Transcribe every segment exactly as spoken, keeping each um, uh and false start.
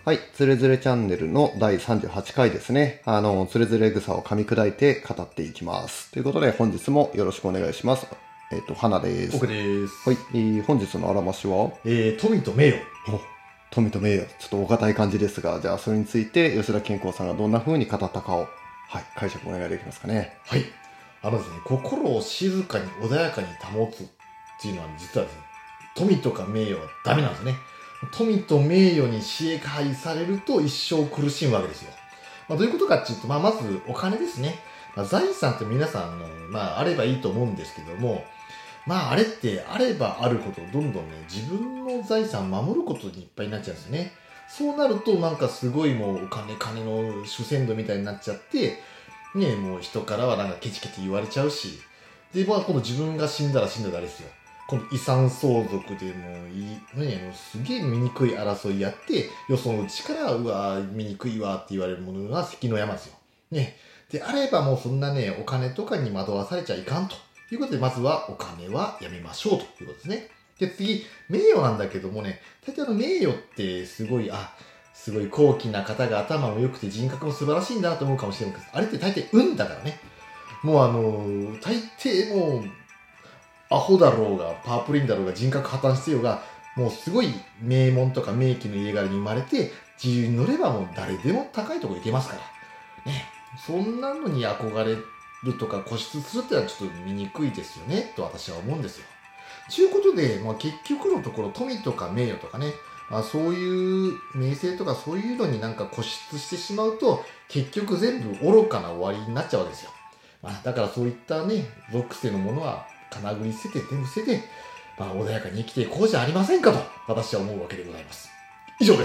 はい、つれづれチャンネルのだいさんじゅうはちかいですね。あの、つれづれ草を噛み砕いて語っていきます。ということで、本日もよろしくお願いします。えっ、と、花です。 僕です。 はい、えー、本日のあらましはえー、富と名誉。 お、富と名誉。ちょっとお堅い感じですが、じゃあそれについて吉田健康さんがどんな風に語ったかを、はい、解釈お願いできますかね。 はい。あのですね、心を静かに穏やかに保つっていうのは、実はですね、富とか名誉はダメなんですね。富と名誉に支配されると一生苦しむわけですよ。まあ、どういうことかっていうと、まあ、まずお金ですね。まあ、財産って皆さんの、まあ、あればいいと思うんですけども、まあ、あれってあればあるほど、どんどんね、自分の財産を守ることにいっぱいになっちゃうんですよね。そうなると、なんかすごいもうお金、金の主戦度みたいになっちゃって、ね、もう人からはなんかケチケチ言われちゃうし、で、まあ、今度自分が死んだら死んだらあれですよ。この遺産相続でもういい、ね、もうすげえ醜い争いやって、よそのうちから、うわ、醜いわって言われるものが関の山ですよ。ね。で、あればもうそんなね、お金とかに惑わされちゃいかんということで、まずはお金はやめましょうということですね。で、次、名誉なんだけどもね、大体あの名誉ってすごい、あ、すごい高貴な方が頭も良くて人格も素晴らしいんだなと思うかもしれないけど、あれって大抵運だからね。もうあの、大抵もう、アホだろうが、パープリンだろうが、人格破綻してようが、もうすごい名門とか名器の家柄に生まれて、自由に乗ればもう誰でも高いとこ行けますから。ね。そんなのに憧れるとか固執するってのはちょっと見にくいですよね、と私は思うんですよ。ということで、まあ、結局のところ、富とか名誉とかね、まあ、そういう名声とかそういうのになんか固執してしまうと、結局全部愚かな終わりになっちゃうわけですよ。まあ、だからそういったね、属性のものは、金繰り捨てて全部捨てて、まあ、穏やかに生きていこうじゃありませんかと私は思うわけでございます。以上です。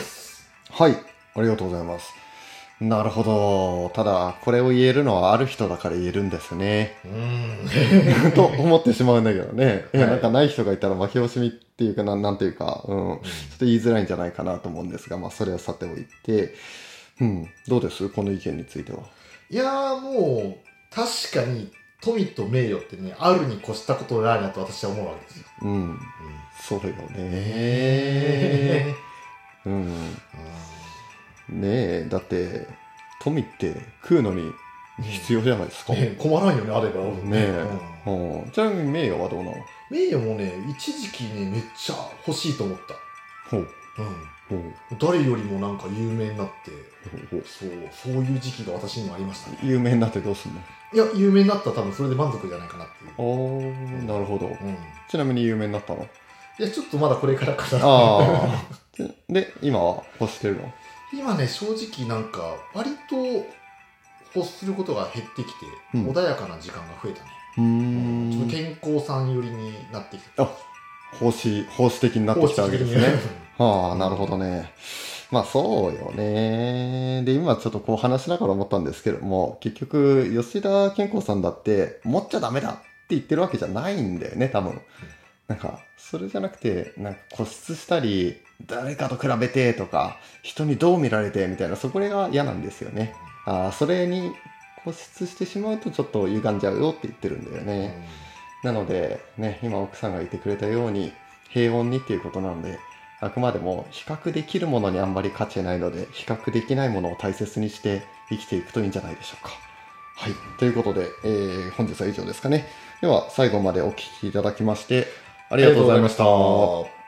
はい、ありがとうございます。なるほど。ただ、これを言えるのはある人だから言えるんですね。 うーん。 と思ってしまうんだけどね。いや、 はいなんかない人がいたら負け惜しみっていうかな、なんていうか、うん、ちょっと言いづらいんじゃないかなと思うんですが、まあ、それはさておいて、うん、どうですこの意見については。 いやーもう、確かに富と名誉ってね、あるに越したことないなと私は思うわけですよ。 うん、 うん、 そうよね。 えうん。 ー、 ねえ、だって、富って食うのに必要じゃないですか。 ね、困らんよね、あれば。 ねえ、うん。ちなみに名誉はどうなの？ 名誉もね、一時期ね、めっちゃ欲しいと思った。 ほう。 うん。 ほう。 誰よりもなんか有名になって、 ほう。 そう、そういう時期が私にもありましたね。 有名になってどうすんの？ いや、有名になったら多分それで満足じゃないかなっていう。 おー、なるほど。 うん。 ちなみに有名になったの？ いや、ちょっとまだこれからかな。 ああ。で、今は欲してるの？ 今ね、正直なんか、割と欲することが減ってきて、 うん穏やかな時間が増えたね。 うーうんちょっとん。 健康さん寄りになってきて。 あ、奉仕、奉仕的になってきたわけですね。はあ、なるほどね。まあそうよね。で、今ちょっとこう話しながら思ったんですけども、結局、吉田健康さんだって、持っちゃダメだって言ってるわけじゃないんだよね、多分。なんか、それじゃなくて、なんか固執したり、誰かと比べてとか、人にどう見られてみたいな、そこが嫌なんですよね。ああ、それに固執してしまうとちょっと歪んじゃうよって言ってるんだよね。なので、ね、今奥さんが言ってくれたように、平穏にっていうことなので、あくまでも比較できるものにあんまり価値ないので、比較できないものを大切にして生きていくといいんじゃないでしょうか。はい。ということで、えー、本日は以上ですかね。では、最後までお聞きいただきまして、ありがとうございました。